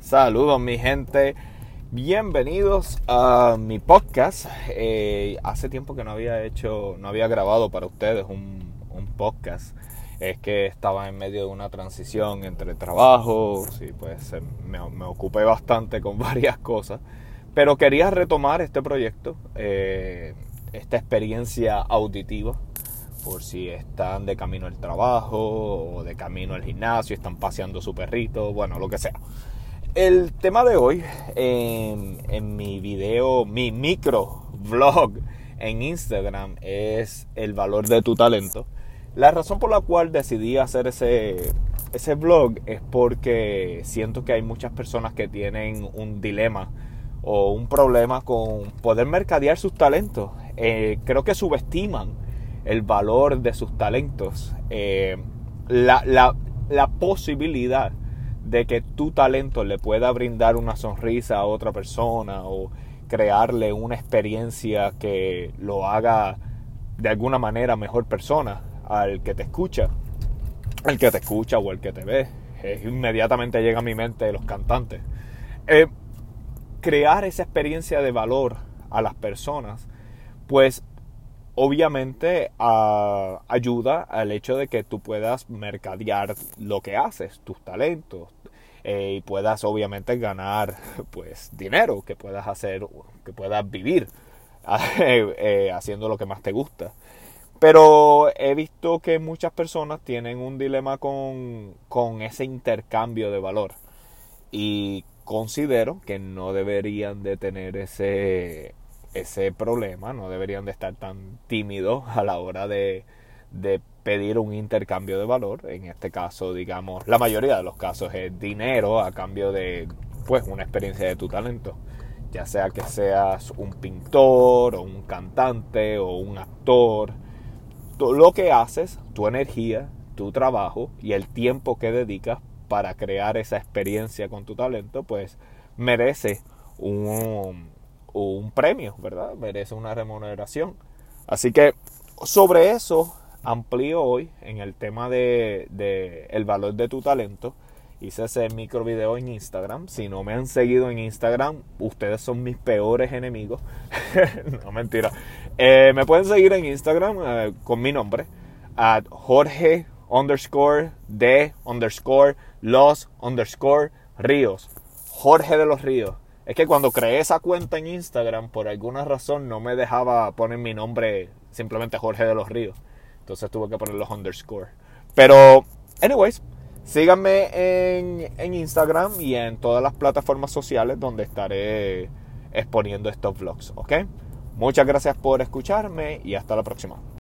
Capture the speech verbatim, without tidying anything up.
Saludos mi gente, bienvenidos a mi podcast. Eh, hace tiempo que no había hecho, no había grabado para ustedes un, un podcast. Es que estaba en medio de una transición entre trabajos y pues me, me ocupé bastante con varias cosas. Pero quería retomar este proyecto, eh, esta experiencia auditiva, por si están de camino al trabajo o de camino al gimnasio, están paseando su perrito, bueno, lo que sea. El tema de hoy, en, en mi video, mi micro vlog en Instagram, es el valor de tu talento. La razón por la cual decidí hacer ese, ese vlog es porque siento que hay muchas personas que tienen un dilema o un problema con poder mercadear sus talentos. Eh, creo que subestiman el valor de sus talentos, eh, la, la, la posibilidad de que tu talento le pueda brindar una sonrisa a otra persona o crearle una experiencia que lo haga de alguna manera mejor persona al que te escucha, el que te escucha o el que te ve. Eh, inmediatamente llega a mi mente los cantantes. Eh, crear esa experiencia de valor a las personas, pues obviamente uh, ayuda al hecho de que tú puedas mercadear lo que haces, tus talentos, eh, y puedas obviamente ganar pues dinero, que puedas hacer, que puedas vivir eh, eh, haciendo lo que más te gusta. Pero he visto que muchas personas tienen un dilema con, con ese intercambio de valor y considero que no deberían de tener ese ese problema, no deberían de estar tan tímidos a la hora de, de pedir un intercambio de valor. En este caso, digamos, la mayoría de los casos es dinero a cambio de pues una experiencia de tu talento, ya sea que seas un pintor o un cantante o un actor. Todo lo que haces, tu energía, tu trabajo y el tiempo que dedicas para crear esa experiencia con tu talento, pues merece un un premio, ¿verdad? Merece una remuneración. Así que sobre eso amplío hoy en el tema de, de el valor de tu talento. Hice ese micro video en Instagram. Si no me han seguido en Instagram, ustedes son mis peores enemigos. No, mentira. Eh, me pueden seguir en Instagram eh, con mi nombre, at Jorge underscore de underscore los underscore Ríos. Jorge de los Ríos. Es que cuando creé esa cuenta en Instagram, por alguna razón no me dejaba poner mi nombre, simplemente Jorge de los Ríos. Entonces tuve que poner los underscore. Pero, anyways, síganme en, en Instagram y en todas las plataformas sociales donde estaré exponiendo estos vlogs, ¿ok? Muchas gracias por escucharme y hasta la próxima.